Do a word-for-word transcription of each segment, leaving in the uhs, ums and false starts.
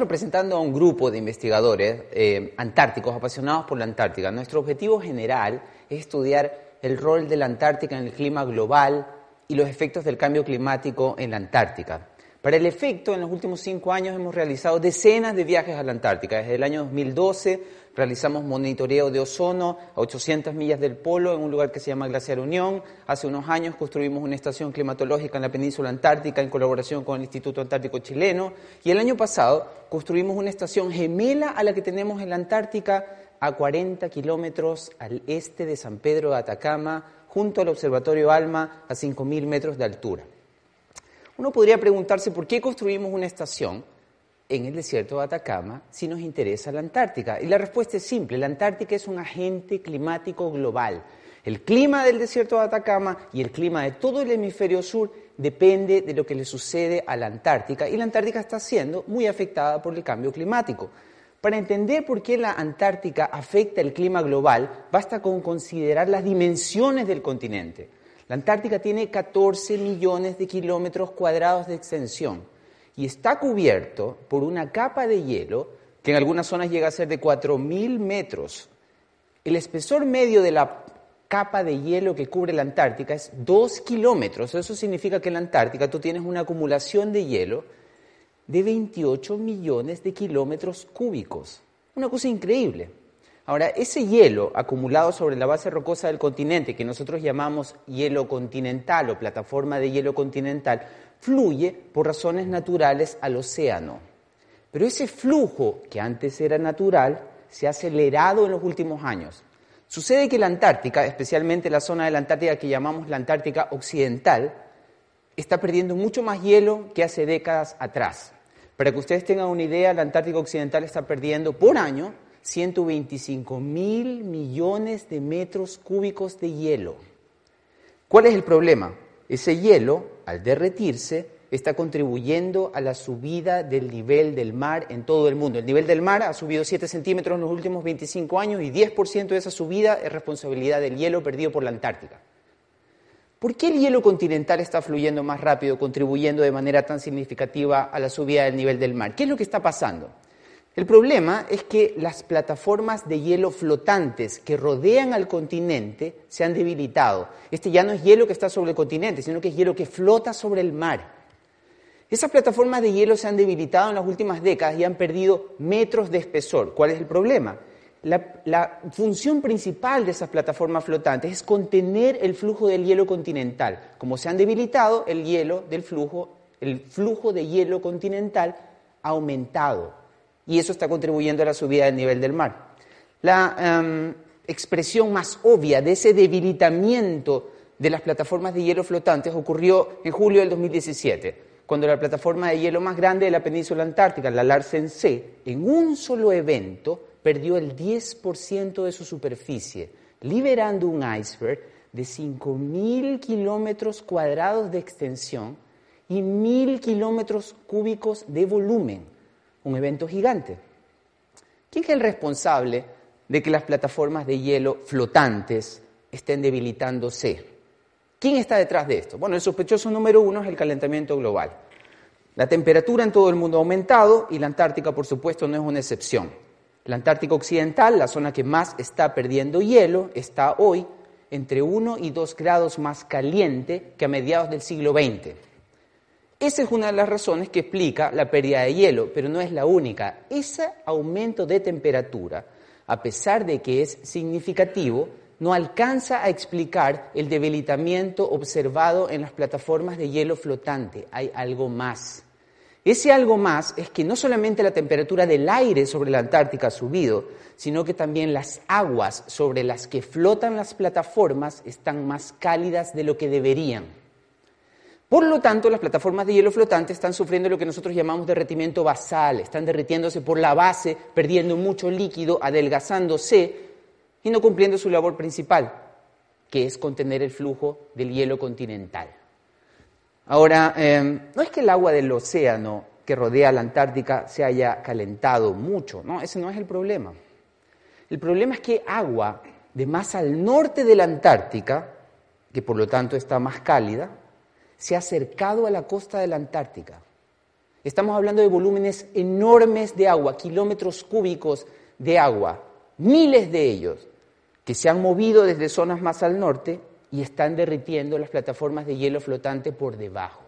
representando a un grupo de investigadores eh, antárticos apasionados por la Antártica. Nuestro objetivo general es estudiar el rol de la Antártica en el clima global y los efectos del cambio climático en la Antártica. Para el efecto, en los últimos cinco años hemos realizado decenas de viajes a la Antártica. Desde el año dos mil doce realizamos monitoreo de ozono a ochocientas millas del polo en un lugar que se llama Glaciar Unión. Hace unos años construimos una estación climatológica en la península antártica en colaboración con el Instituto Antártico Chileno. Y el año pasado construimos una estación gemela a la que tenemos en la Antártica a cuarenta kilómetros al este de San Pedro de Atacama, junto al Observatorio ALMA a cinco mil metros de altura. Uno podría preguntarse por qué construimos una estación en el desierto de Atacama si nos interesa la Antártica. Y la respuesta es simple: la Antártica es un agente climático global. El clima del desierto de Atacama y el clima de todo el hemisferio sur depende de lo que le sucede a la Antártica, y la Antártica está siendo muy afectada por el cambio climático. Para entender por qué la Antártica afecta el clima global, basta con considerar las dimensiones del continente. La Antártica tiene catorce millones de kilómetros cuadrados de extensión y está cubierto por una capa de hielo que en algunas zonas llega a ser de cuatro mil metros. El espesor medio de la capa de hielo que cubre la Antártica es dos kilómetros. Eso significa que en la Antártica tú tienes una acumulación de hielo de veintiocho millones de kilómetros cúbicos. Una cosa increíble. Ahora, ese hielo acumulado sobre la base rocosa del continente, que nosotros llamamos hielo continental o plataforma de hielo continental, fluye por razones naturales al océano. Pero ese flujo, que antes era natural, se ha acelerado en los últimos años. Sucede que la Antártica, especialmente la zona de la Antártica que llamamos la Antártica Occidental, está perdiendo mucho más hielo que hace décadas atrás. Para que ustedes tengan una idea, la Antártica Occidental está perdiendo por año ciento veinticinco mil millones de metros cúbicos de hielo. ¿Cuál es el problema? Ese hielo, al derretirse, está contribuyendo a la subida del nivel del mar en todo el mundo. El nivel del mar ha subido siete centímetros en los últimos veinticinco años y diez por ciento de esa subida es responsabilidad del hielo perdido por la Antártica. ¿Por qué el hielo continental está fluyendo más rápido, contribuyendo de manera tan significativa a la subida del nivel del mar? ¿Qué es lo que está pasando? El problema es que las plataformas de hielo flotantes que rodean al continente se han debilitado. Este ya no es hielo que está sobre el continente, sino que es hielo que flota sobre el mar. Esas plataformas de hielo se han debilitado en las últimas décadas y han perdido metros de espesor. ¿Cuál es el problema? La, la función principal de esas plataformas flotantes es contener el flujo del hielo continental. Como se han debilitado, el hielo del flujo, el flujo de hielo continental ha aumentado. Y eso está contribuyendo a la subida del nivel del mar. La um, expresión más obvia de ese debilitamiento de las plataformas de hielo flotantes ocurrió en julio del dos mil diecisiete, cuando la plataforma de hielo más grande de la península antártica, la Larsen C, en un solo evento perdió el diez por ciento de su superficie, liberando un iceberg de cinco mil kilómetros cuadrados de extensión y mil kilómetros cúbicos de volumen. Un evento gigante. ¿Quién es el responsable de que las plataformas de hielo flotantes estén debilitándose? ¿Quién está detrás de esto? Bueno, el sospechoso número uno es el calentamiento global. La temperatura en todo el mundo ha aumentado y la Antártica, por supuesto, no es una excepción. La Antártica Occidental, la zona que más está perdiendo hielo, está hoy entre uno y dos grados más caliente que a mediados del siglo veinte. Esa es una de las razones que explica la pérdida de hielo, pero no es la única. Ese aumento de temperatura, a pesar de que es significativo, no alcanza a explicar el debilitamiento observado en las plataformas de hielo flotante. Hay algo más. Ese algo más es que no solamente la temperatura del aire sobre la Antártica ha subido, sino que también las aguas sobre las que flotan las plataformas están más cálidas de lo que deberían. Por lo tanto, las plataformas de hielo flotante están sufriendo lo que nosotros llamamos derretimiento basal, están derritiéndose por la base, perdiendo mucho líquido, adelgazándose y no cumpliendo su labor principal, que es contener el flujo del hielo continental. Ahora, eh, no es que el agua del océano que rodea la Antártica se haya calentado mucho, no, ese no es el problema. El problema es que agua de más al norte de la Antártica, que por lo tanto está más cálida, se ha acercado a la costa de la Antártica. Estamos hablando de volúmenes enormes de agua, kilómetros cúbicos de agua, miles de ellos, que se han movido desde zonas más al norte y están derritiendo las plataformas de hielo flotante por debajo.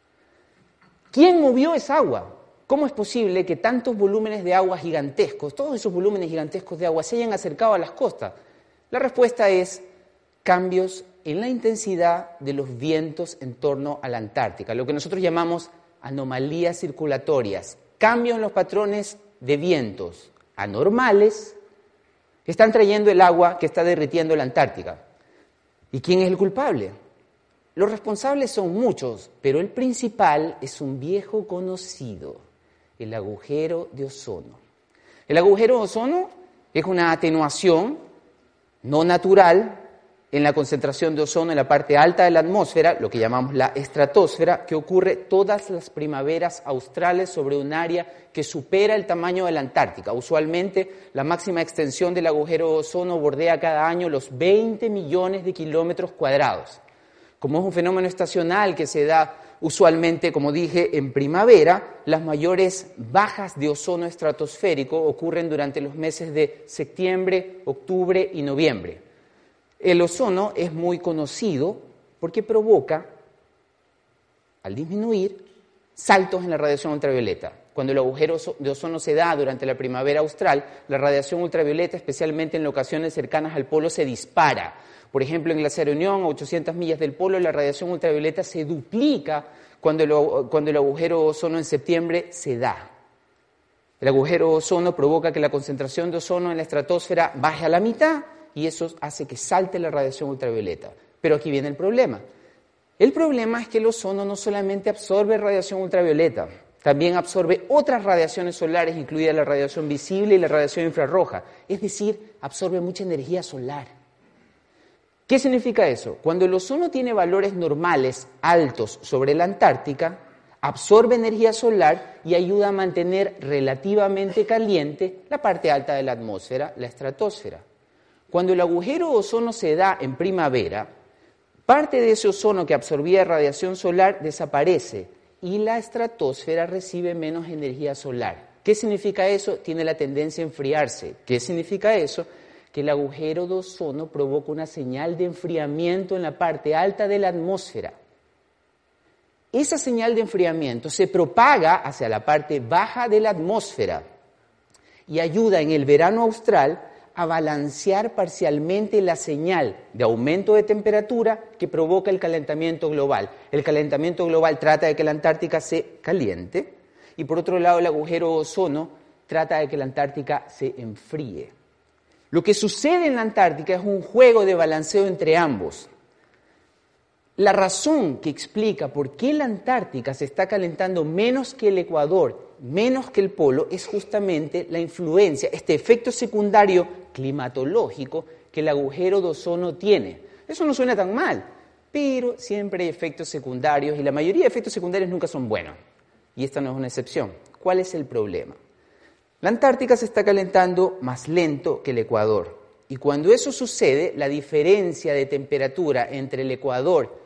¿Quién movió esa agua? ¿Cómo es posible que tantos volúmenes de agua gigantescos, todos esos volúmenes gigantescos de agua, se hayan acercado a las costas? La respuesta es cambios en la intensidad de los vientos en torno a la Antártica, lo que nosotros llamamos anomalías circulatorias, cambios en los patrones de vientos anormales que están trayendo el agua que está derritiendo la Antártica. ¿Y quién es el culpable? Los responsables son muchos, pero el principal es un viejo conocido, el agujero de ozono. El agujero de ozono es una atenuación no natural en la concentración de ozono en la parte alta de la atmósfera, lo que llamamos la estratosfera, que ocurre todas las primaveras australes sobre un área que supera el tamaño de la Antártica. Usualmente, la máxima extensión del agujero de ozono bordea cada año los veinte millones de kilómetros cuadrados. Como es un fenómeno estacional que se da usualmente, como dije, en primavera, las mayores bajas de ozono estratosférico ocurren durante los meses de septiembre, octubre y noviembre. El ozono es muy conocido porque provoca, al disminuir, saltos en la radiación ultravioleta. Cuando el agujero de ozono se da durante la primavera austral, la radiación ultravioleta, especialmente en locaciones cercanas al polo, se dispara. Por ejemplo, en Glaciar Unión, a ochocientas millas del polo, la radiación ultravioleta se duplica cuando el, cuando el agujero de ozono en septiembre se da. El agujero de ozono provoca que la concentración de ozono en la estratosfera baje a la mitad, y eso hace que salte la radiación ultravioleta. Pero aquí viene el problema. El problema es que el ozono no solamente absorbe radiación ultravioleta, también absorbe otras radiaciones solares, incluida la radiación visible y la radiación infrarroja. Es decir, absorbe mucha energía solar. ¿Qué significa eso? Cuando el ozono tiene valores normales altos sobre la Antártica, absorbe energía solar y ayuda a mantener relativamente caliente la parte alta de la atmósfera, la estratosfera. Cuando el agujero de ozono se da en primavera, parte de ese ozono que absorbía radiación solar desaparece y la estratosfera recibe menos energía solar. ¿Qué significa eso? Tiene la tendencia a enfriarse. ¿Qué significa eso? Que el agujero de ozono provoca una señal de enfriamiento en la parte alta de la atmósfera. Esa señal de enfriamiento se propaga hacia la parte baja de la atmósfera y ayuda en el verano austral a balancear parcialmente la señal de aumento de temperatura que provoca el calentamiento global. El calentamiento global trata de que la Antártica se caliente y, por otro lado, el agujero de ozono trata de que la Antártica se enfríe. Lo que sucede en la Antártica es un juego de balanceo entre ambos. La razón que explica por qué la Antártica se está calentando menos que el Ecuador, menos que el polo, es justamente la influencia, este efecto secundario climatológico que el agujero de ozono tiene. Eso no suena tan mal, pero siempre hay efectos secundarios y la mayoría de efectos secundarios nunca son buenos. Y esta no es una excepción. ¿Cuál es el problema? La Antártica se está calentando más lento que el Ecuador. Y cuando eso sucede, la diferencia de temperatura entre el Ecuador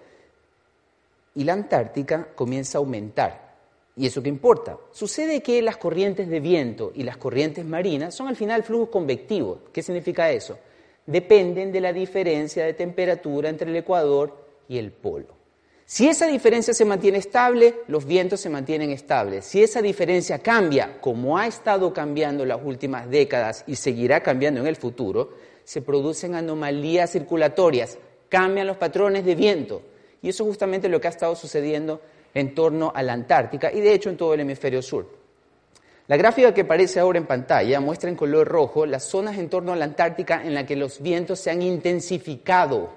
y la Antártica comienza a aumentar. ¿Y eso qué importa? Sucede que las corrientes de viento y las corrientes marinas son al final flujos convectivos. ¿Qué significa eso? Dependen de la diferencia de temperatura entre el Ecuador y el polo. Si esa diferencia se mantiene estable, los vientos se mantienen estables. Si esa diferencia cambia, como ha estado cambiando en las últimas décadas y seguirá cambiando en el futuro, se producen anomalías circulatorias, cambian los patrones de viento. Y eso es justamente lo que ha estado sucediendo en torno a la Antártica y de hecho en todo el hemisferio sur. La gráfica que aparece ahora en pantalla muestra en color rojo las zonas en torno a la Antártica en las que los vientos se han intensificado.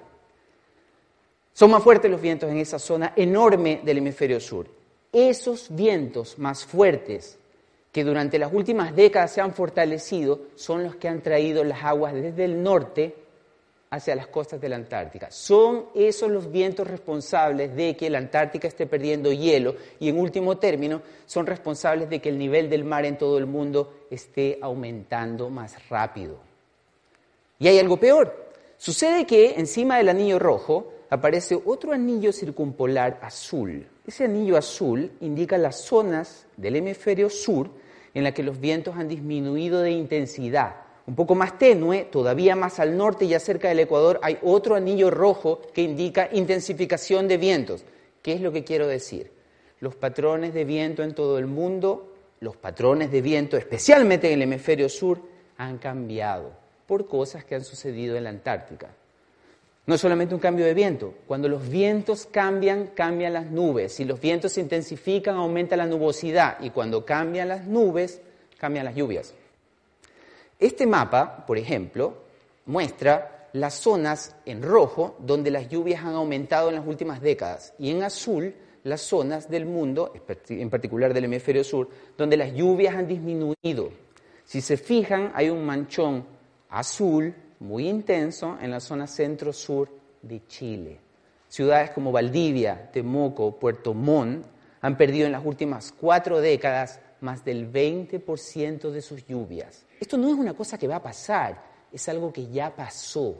Son más fuertes los vientos en esa zona enorme del hemisferio sur. Esos vientos más fuertes que durante las últimas décadas se han fortalecido son los que han traído las aguas desde el norte hacia las costas de la Antártica. Son esos los vientos responsables de que la Antártica esté perdiendo hielo y, en último término, son responsables de que el nivel del mar en todo el mundo esté aumentando más rápido. Y hay algo peor. Sucede que encima del anillo rojo aparece otro anillo circumpolar azul. Ese anillo azul indica las zonas del hemisferio sur en las que los vientos han disminuido de intensidad. Un poco más tenue, todavía más al norte, ya cerca del Ecuador, hay otro anillo rojo que indica intensificación de vientos. ¿Qué es lo que quiero decir? Los patrones de viento en todo el mundo, los patrones de viento, especialmente en el hemisferio sur, han cambiado por cosas que han sucedido en la Antártica. No es solamente un cambio de viento. Cuando los vientos cambian, cambian las nubes. Si los vientos se intensifican, aumenta la nubosidad. Y cuando cambian las nubes, cambian las lluvias. Este mapa, por ejemplo, muestra las zonas en rojo donde las lluvias han aumentado en las últimas décadas y en azul las zonas del mundo, en particular del hemisferio sur, donde las lluvias han disminuido. Si se fijan, hay un manchón azul muy intenso en la zona centro-sur de Chile. Ciudades como Valdivia, Temuco, Puerto Montt han perdido en las últimas cuatro décadas más del veinte por ciento de sus lluvias. Esto no es una cosa que va a pasar, es algo que ya pasó.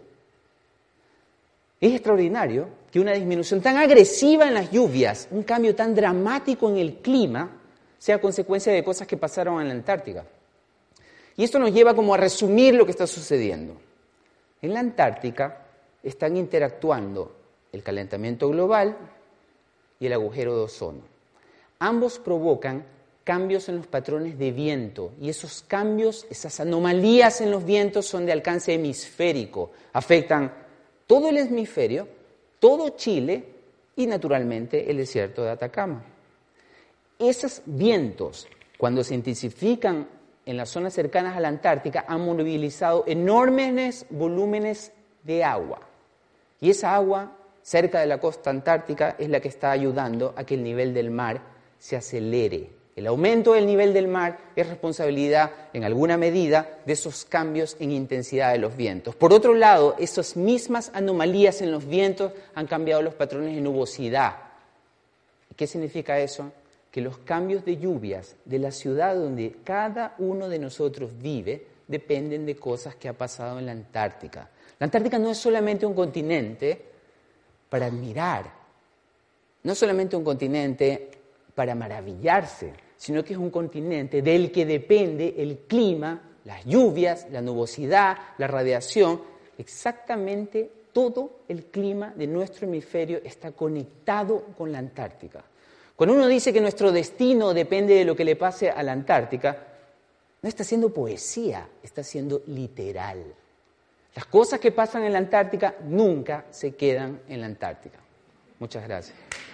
Es extraordinario que una disminución tan agresiva en las lluvias, un cambio tan dramático en el clima, sea consecuencia de cosas que pasaron en la Antártica. Y esto nos lleva como a resumir lo que está sucediendo. En la Antártica están interactuando el calentamiento global y el agujero de ozono. Ambos provocan cambios en los patrones de viento y esos cambios, esas anomalías en los vientos son de alcance hemisférico, afectan todo el hemisferio, todo Chile y naturalmente el desierto de Atacama. Esos vientos, cuando se intensifican en las zonas cercanas a la Antártica, han movilizado enormes volúmenes de agua y esa agua cerca de la costa antártica es la que está ayudando a que el nivel del mar se acelere. El aumento del nivel del mar es responsabilidad, en alguna medida, de esos cambios en intensidad de los vientos. Por otro lado, esas mismas anomalías en los vientos han cambiado los patrones de nubosidad. ¿Qué significa eso? Que los cambios de lluvias de la ciudad donde cada uno de nosotros vive dependen de cosas que ha pasado en la Antártica. La Antártica no es solamente un continente para admirar, no es solamente un continente para maravillarse, sino que es un continente del que depende el clima, las lluvias, la nubosidad, la radiación. Exactamente todo el clima de nuestro hemisferio está conectado con la Antártica. Cuando uno dice que nuestro destino depende de lo que le pase a la Antártica, no está haciendo poesía, está siendo literal. Las cosas que pasan en la Antártica nunca se quedan en la Antártica. Muchas gracias.